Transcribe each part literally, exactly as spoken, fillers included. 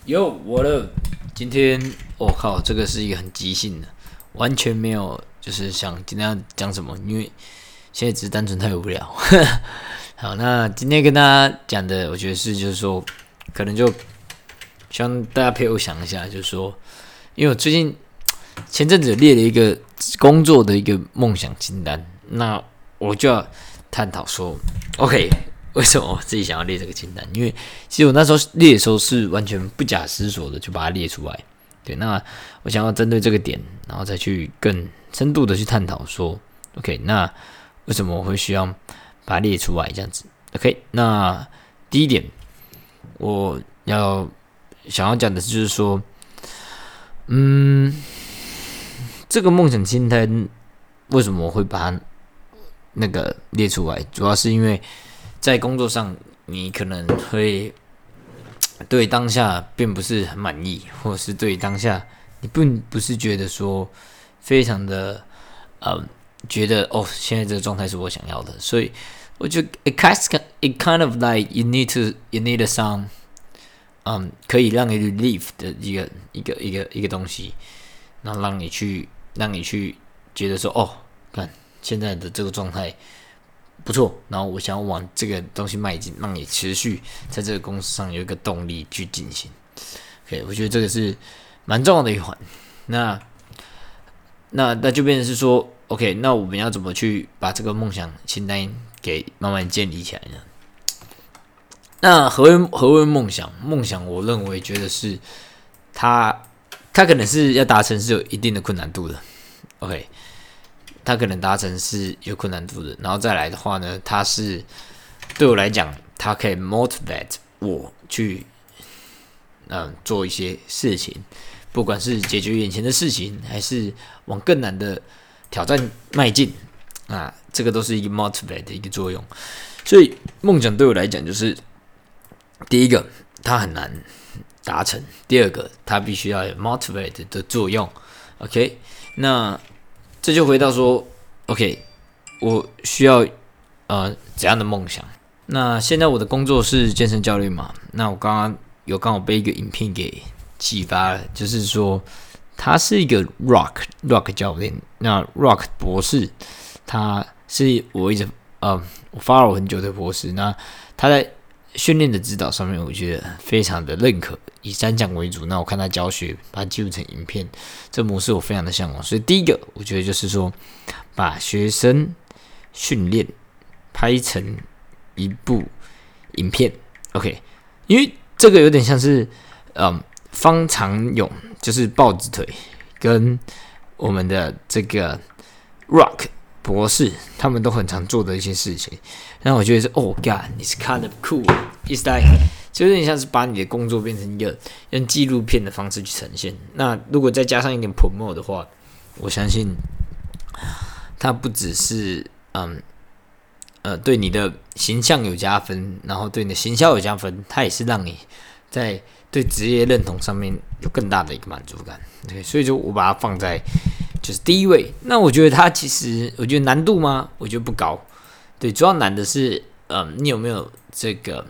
有我的，今天我、哦、靠，这个是一个很即兴的，完全没有就是想今天要讲什么，因为现在只是单纯太无聊。好，那今天跟大家讲的，我觉得是就是说，可能就希望大家陪我想一下，就是说，因为我最近前阵子列了一个工作的一个梦想清单，那我就要探讨说 ，OK。为什么我自己想要列这个清单？因为其实我那时候列的时候是完全不假思索的就把它列出来。对，那我想要针对这个点，然后再去更深度的去探讨说 ，OK， 那为什么我会需要把它列出来这样子 ？OK， 那第一点我要想要讲的就是说，嗯，这个梦想清单为什么我会把它那个列出来？主要是因为在工作上，你可能会对当下并不是很满意，或者是对当下你并不是觉得说非常的呃，觉得哦，现在这个状态是我想要的，所以我觉得 it kind it kind of like you need to you need some 嗯，可以让你 relieve 的一个一个一个一个东西，然后让你去让你去觉得说哦，看现在的这个状态不错，然后我想要往这个东西迈进，让你持续在这个公司上有一个动力去进行。OK， 我觉得这个是蛮重要的一环。那那那就变成是说 ，OK， 那我们要怎么去把这个梦想清单给慢慢建立起来呢？那何为何为梦想？梦想，我认为觉得是它它可能是要达成是有一定的困难度的。OK。它可能达成是有困难度的，然后再来的话呢，它是对我来讲，它可以 motivate 我去嗯做一些事情，不管是解决眼前的事情，还是往更难的挑战迈进啊，这个都是一个 motivate 的一个作用。所以梦想对我来讲，就是第一个它很难达成，第二个它必须要有 motivate 的作用。OK， 那这就回到说 ，OK， 我需要呃怎样的梦想？那现在我的工作是健身教练嘛？那我刚刚有刚好被一个影片给启发了，就是说他是一个 Rock Rock 教练，那 Rock 博士，他是我一直呃我 follow 很久的博士，那他在训练的指导上面，我觉得非常的认可，以三讲为主。那我看他教学，把它记录成影片，这模式我非常的向往。所以第一个，我觉得就是说，把学生训练拍成一部影片 ，OK， 因为这个有点像是，嗯，方长勇就是豹子腿跟我们的这个 Rock 博士，他们都很常做的一些事情。那我觉得是，Oh God，it's kind of cool。It's like 就有点像是把你的工作变成一个用纪录片的方式去呈现。那如果再加上一点 promote 的话，我相信它不只是嗯呃对你的形象有加分，然后对你的行销有加分，它也是让你在对职业认同上面有更大的一个满足感。对，所以就我把它放在就是第一位。那我觉得它其实，我觉得难度吗？我觉得不高。对，主要难的是，嗯，你有没有这个，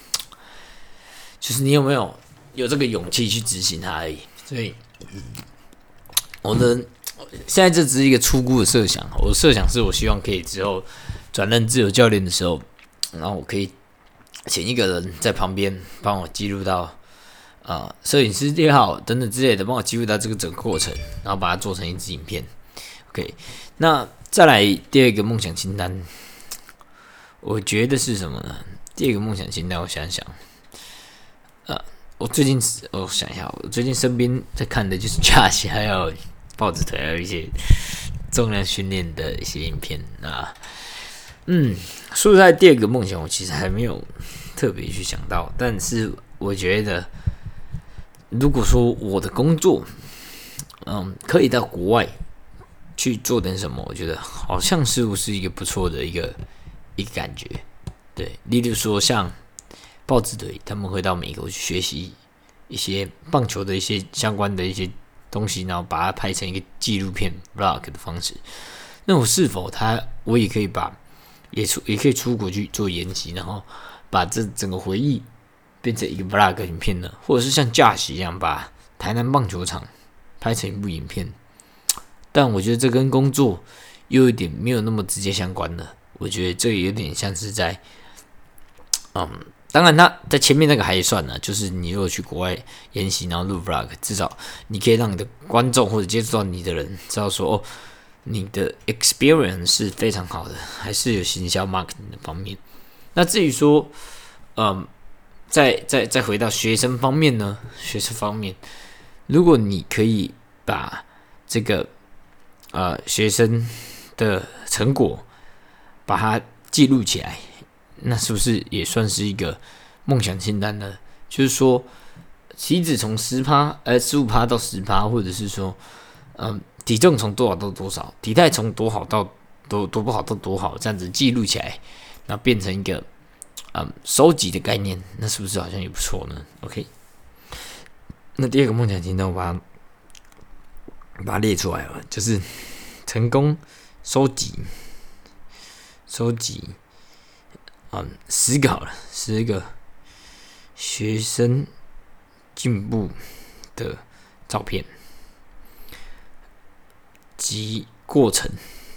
就是你有没有有这个勇气去执行它而已。所以，我的现在这只是一个初步的设想。我的设想是我希望可以之后转任自由教练的时候，然后我可以请一个人在旁边帮我记录到，呃，摄影师也好等等之类的，帮我记录到这个整个过程，然后把它做成一支影片。OK， 那再来第二个梦想清单。我觉得是什么呢？第二个梦想清单，我想想，呃，我最近我想一下，我最近身边在看的就是 Josh 还有豹子腿，还有一些重量训练的一些影片啊。嗯，说实在，第二个梦想我其实还没有特别去想到，但是我觉得，如果说我的工作，嗯，可以到国外去做点什么，我觉得好像似乎是一个不错的一个。一个感觉，对，例如说像豹子队，他们会到美国去学习一些棒球的一些相关的一些东西，然后把它拍成一个纪录片 vlog 的方式。那我是否他我也可以把也出也可以出国去做研习，然后把这整个回忆变成一个 vlog 影片呢？或者是像 Josh 一样把台南棒球场拍成一部影片？但我觉得这跟工作又有一点没有那么直接相关的。我觉得这有点像是在，嗯，当然他在前面那个还算呢，就是你如果去国外研习，然后录 vlog， 至少你可以让你的观众或者接触到你的人知道说，哦，你的 experience 是非常好的，还是有行销 marketing 的方面。那至于说，嗯，再再再回到学生方面呢，学生方面，如果你可以把这个呃学生的成果把它记录起来，那是不是也算是一个梦想清单呢？就是说，体脂从十趴呃十五趴到十趴，或者是说，嗯，体重从多少到多少，体态从多好到多多不好到多好，这样子记录起来，然后变成一个嗯收集的概念，那是不是好像也不错呢 ？OK， 那第二个梦想清单，我把它把它列出来了，就是成功收集收集，嗯，十个好了，十个学生进步的照片及过程。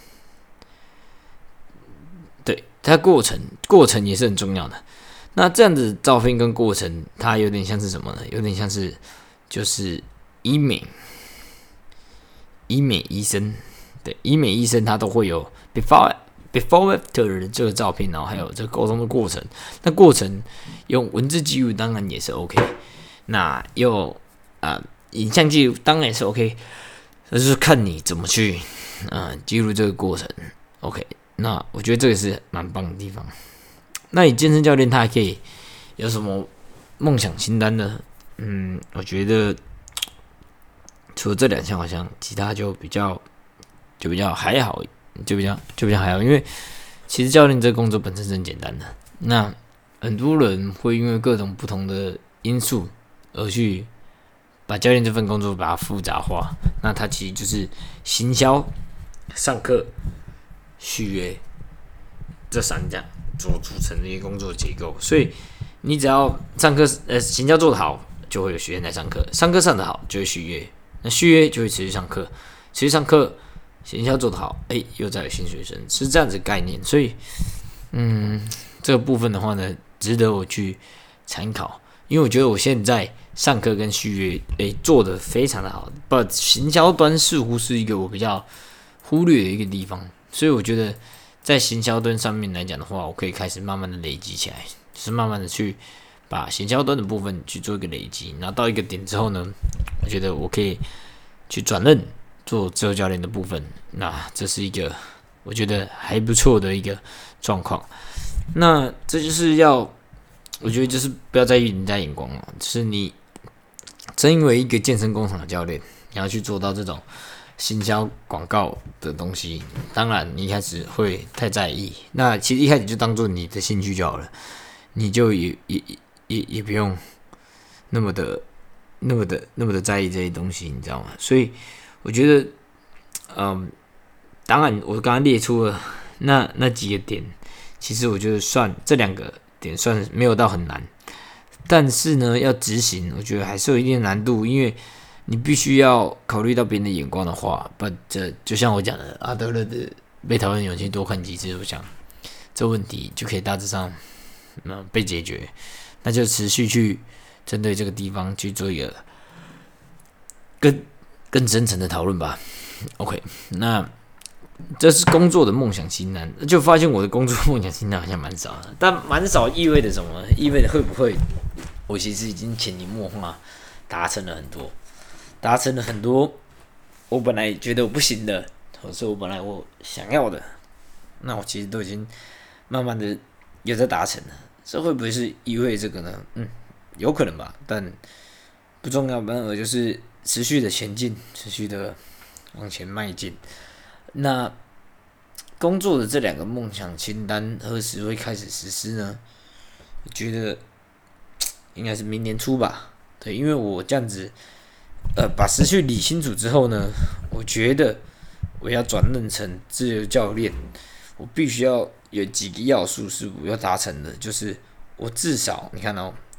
对，它过程过程也是很重要的。那这样子照片跟过程，它有点像是什么呢？有点像是就是医美。医美医生，对，医美医生他都会有 before before after 的这个照片，然后还有这个沟通的过程。那过程用文字记录当然也是 OK， 那用啊、呃、影像记录当然也是 OK， 那就是看你怎么去啊、呃、记录这个过程 OK。那我觉得这个是蛮棒的地方。那你健身教练他还可以有什么梦想清单呢？嗯，我觉得。除了这两项，好像其他就比较就比较还好，就比较就比较还好，因为其实教练这个工作本身是很简单的。那很多人会因为各种不同的因素而去把教练这份工作把它复杂化。那它其实就是行销、上课、续约这三项所组成的一个工作结构。所以你只要上课呃行销做得好，就会有学员来上课；上课上得好，就会续约。那续约就会持续上课，持续上课，行销做得好，哎、欸，又再有新学生，是这样子的概念。所以，嗯，这个部分的话呢，值得我去参考，因为我觉得我现在上课跟续约，哎、欸，做得非常的好。不，行销端似乎是一个我比较忽略的一个地方，所以我觉得在行销端上面来讲的话，我可以开始慢慢的累积起来，就是慢慢的去把行销端的部分去做一个累积，然后到一个点之后呢，我觉得我可以去转任做自由教练的部分，那这是一个我觉得还不错的一个状况。那这就是要，我觉得就是不要在意人家眼光了，就是你真为一个健身工厂的教练，你要去做到这种行销广告的东西，当然你一开始会太在意，那其实一开始就当做你的兴趣就好了，你就也也也也不用那么的。那么的那么的在意这些东西，你知道吗？所以我觉得，嗯，当然我刚刚列出了那那几个点，其实我觉得算这两个点算没有到很难，但是呢，要执行，我觉得还是有一定的难度，因为你必须要考虑到别人的眼光的话，不，这就像我讲的，阿德勒的被讨厌勇气多看几次，我想这问题就可以大致上嗯被解决，那就持续去。针对这个地方去做一个更更深层的讨论吧。OK， 那这是工作的梦想清单，就发现我的工作梦想清单好像蛮少的，但蛮少意味着什么？意味着会不会我其实已经潜移默化达成了很多，达成了很多我本来觉得我不行的，或者是我本来我想要的，那我其实都已经慢慢的有在达成了。这会不会是意味这个呢？嗯。有可能吧，但不重要，反而就是持续的前进，持续的往前迈进。那工作的这两个梦想清单何时会开始实施呢？我觉得应该是明年初吧。对，因为我这样子，呃，把思绪理清楚之后呢，我觉得我要转任成自由教练，我必须要有几个要素是我要达成的，就是我至少你看哦。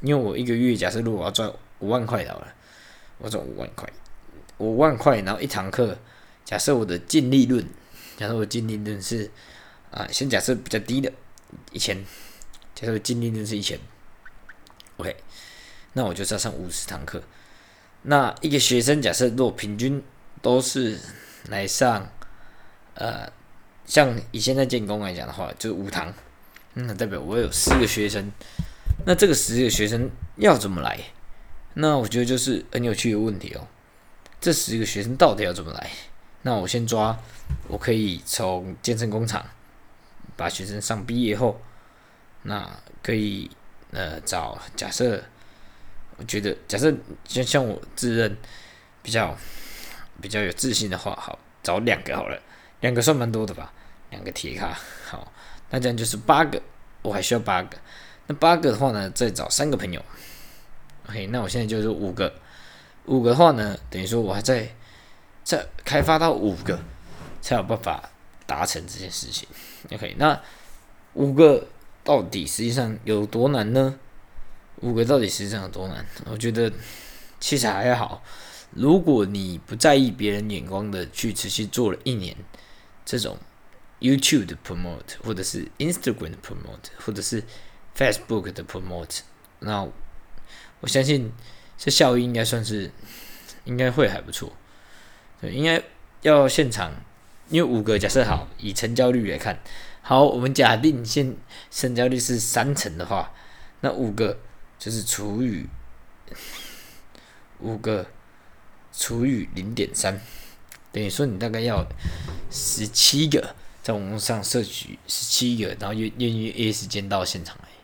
因为我一个月假设如果我要赚五万块好了，我赚五万块，五万块，然后一堂课，假设我的净利润，假设我净利润是啊，先假设比较低的一千，假设我净利润是一千 ，OK， 那我就是要上五十堂课。那一个学生假设如果平均都是来上，呃，像以现在建工来讲的话，就是五堂，那代表我有四个学生，那这个十个学生要怎么来？那我觉得就是很有趣的问题哦。这十个学生到底要怎么来？那我先抓，我可以从健身工厂把学生上毕业后，那可以呃找假设。我觉得，假设像像我自认比较比较有自信的话，好，找两个好了，两个算蛮多的吧，两个铁卡，好，那这样就是八个，我还需要八个，那八个的话呢，再找三个朋友 ，OK， 那我现在就是五个，五个的话呢，等于说我还在再开发到五个，才有办法达成这件事情 ，OK， 那五个到底实际上有多难呢？五个到底实际上有多难？我觉得其实还好。如果你不在意别人眼光的去持续做了一年，这种 YouTube 的 promote， 或者是 Instagram 的 promote， 或者是 Facebook 的 promote， 那我相信这效益应该算是应该会还不错。对，应该要现场，因为五个假设好，以成交率来看，好，我们假定现成交率是三成的话，那五个。就是除以五个除以零点三，等于说你大概要十七个在网络上摄取十七个，然后愿愿意 A 时间到现场来。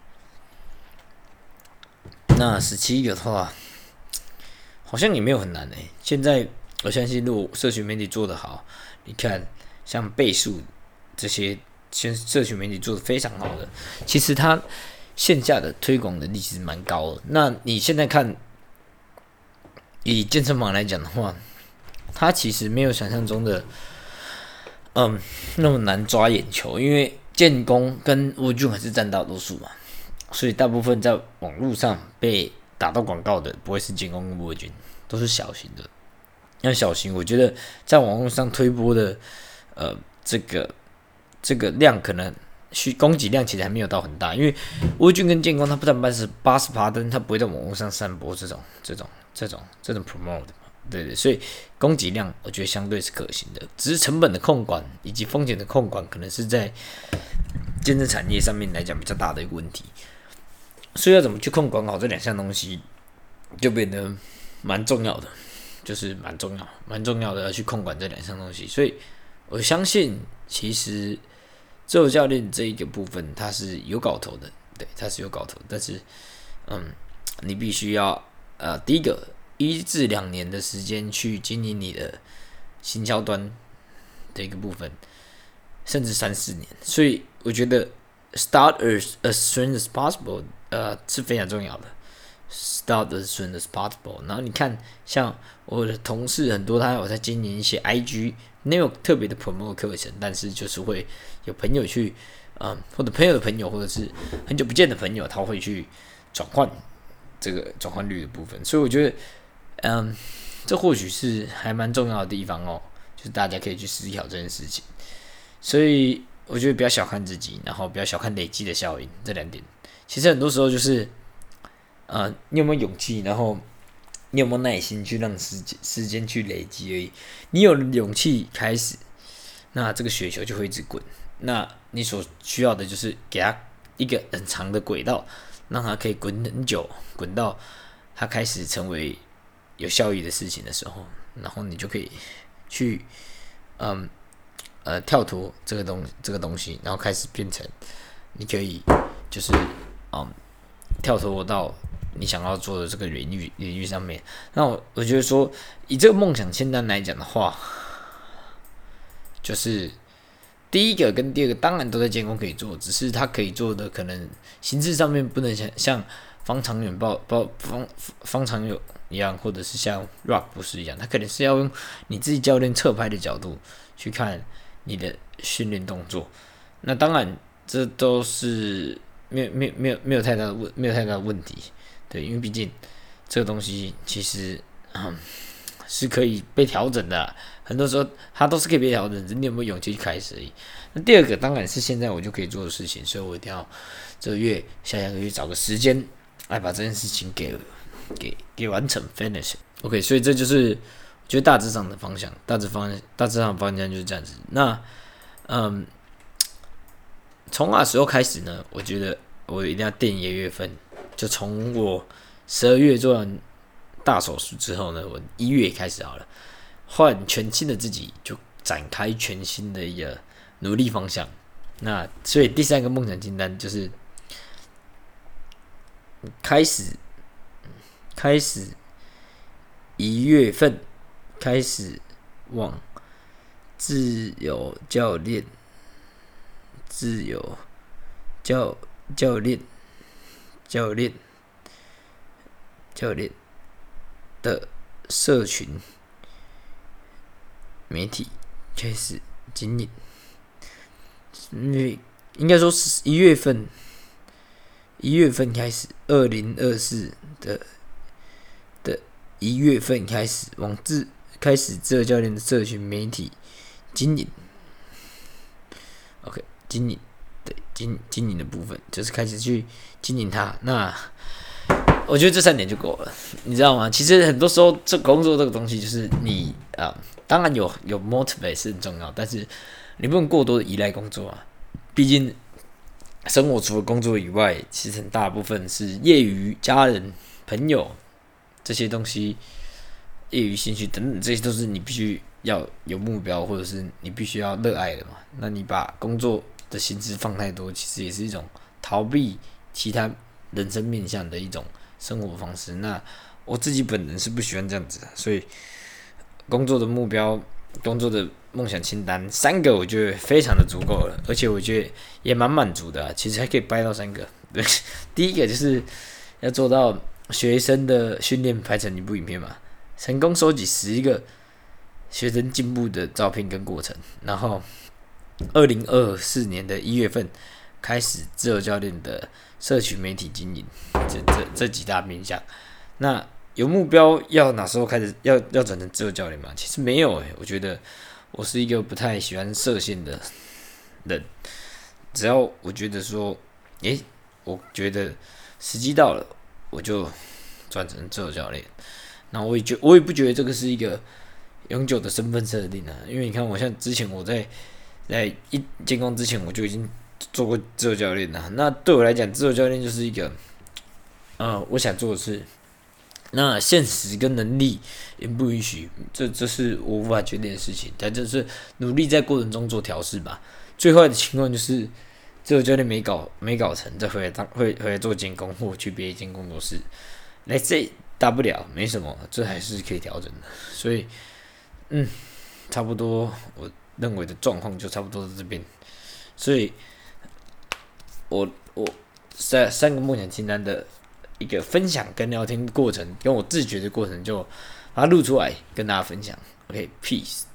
那十七个的话，好像也没有很难诶。现在我相信，如果社群媒体做得好，你看像倍数这些，现社群媒体做得非常好的，其实它。线下的推广能力其实蛮高的。那你现在看，以健身房来讲的话，它其实没有想象中的，嗯，那么难抓眼球。因为建工跟沃俊还是占大多数嘛，所以大部分在网络上被打到广告的，不会是建工跟沃俊，都是小型的。那小型，我觉得在网络上推播的，呃，这个这个量可能。需供给量其实还没有到很大，因为沃俊跟建工他不但八十八十趴灯，他不会在网络上散播这种这种这种这种 promote， 对对，所以供给量我觉得相对是可行的，只是成本的控管以及风险的控管，可能是在健身产业上面来讲比较大的一个问题，所以要怎么去控管好这两项东西，就变得蛮重要的，就是蛮重要蛮重要的要去控管这两项东西，所以我相信其实。自由教练这一个部分，它是有搞头的，对，它是有搞头，但是，嗯，你必须要，呃，第一个一至两年的时间去经营你的行销端的一个部分，甚至三四年，所以我觉得 start as as soon as possible， 呃，是非常重要的。Start as soon as possible。然后你看，像我的同事很多，他有在经营一些 I G， 没有特别的 promote 课程，但是就是会有朋友去，嗯，或者朋友的朋友，或者是很久不见的朋友，他会去转换这个转换率的部分。所以我觉得，嗯，这或许是还蛮重要的地方哦，就是大家可以去思考这件事情。所以我觉得不要小看自己，然后不要小看累积的效应，这两点，其实很多时候就是。呃，你有没有勇气？然后你有没有耐心去让时间时间去累积而已？你有勇气开始，那这个雪球就会一直滚。那你所需要的就是给它一个很长的轨道，让它可以滚很久，滚到它开始成为有效益的事情的时候，然后你就可以去，嗯，呃，跳脱这个东这个东西，然后开始变成你可以就是嗯，跳脱到。你想要做的这个领域领域上面，那我我觉得说，以这个梦想清单来讲的话，就是第一个跟第二个当然都在建工可以做，只是它可以做的可能形式上面不能像像方长远报报方方长远一样，或者是像 Rock 不是一样，它可能是要用你自己教练侧拍的角度去看你的训练动作。那当然，这都是没有没有没有没有太大的问没有太大的问题。 对，因为毕竟这个东西其实嗯是可以被调整的啦，很多时候它都是可以被调整的，你有没有勇气去开始而已。那第二个当然是现在我就可以做的事情，所以我一定要这个月、下下个月找个时间来把这件事情给给给完成 finish。OK， 所以这就是我觉得大致上的方向，大致方向大致上的方向就是这样子。那嗯，从那时候开始呢，我觉得我一定要定一个月份，就从我十二月做完大手术之后呢，我一月开始好了，换全新的自己，就展开全新的一个努力方向。那所以第三个梦想清单就是开始，开始一月份开始往自由教练、自由教教练、教练、教练的社群媒体开始经营。因为应该说是一月份，一月份开始，二零二四的的一月份开始往自开始自由教练的社群媒体经营。OK， 经营对经经营的部分就是开始去经营它。那我觉得这三点就够了，你知道吗？其实很多时候这工作这个东西就是你啊、呃，当然有有 motivate 是很重要，但是你不能过多的依赖工作啊，毕竟生活除了工作以外，其实很大部分是业余、家人、朋友这些东西，业余兴趣等等，这些都是你必须要有目标，或者是你必须要热爱的嘛。那你把工作的心思放太多，其实也是一种逃避其他人生面向的一种生活方式。那我自己本人是不喜欢这样子的，所以工作的目标、工作的梦想清单三个，我觉得非常的足够了，而且我觉得也蛮满足的、啊。其实还可以掰到三个。对，第一个就是要做到学生的训练拍成一部影片嘛，成功收集十个学生进步的照片跟过程，然后二零二四年的一月份开始自由教练的社群媒体经营，这这这几大面向。那有目标要哪时候开始要要转成自由教练吗？其实没有诶、欸，我觉得我是一个不太喜欢设限的人，只要我觉得说，诶、欸，我觉得时机到了，我就转成自由教练。那我也觉我也不觉得这个是一个永久的身份设定啊，因为你看我像之前我在在一建工之前我就已经做过自由教练了，那对我来讲，自由教练就是一个，呃，我想做的事。那现实跟能力也不允许，这这是我无法决定的事情。但就是努力在过程中做调试吧。最坏的情况就是自由教练没搞没搞成，再回来当会回来做监工或去别一间工作室。来这大不了没什么，这还是可以调整的。所以，嗯，差不多我认为的状况就差不多在这边。所以，我我三三个梦想清单的一个分享跟聊天过程，跟我自觉的过程，就把它录出来跟大家分享。OK，peace。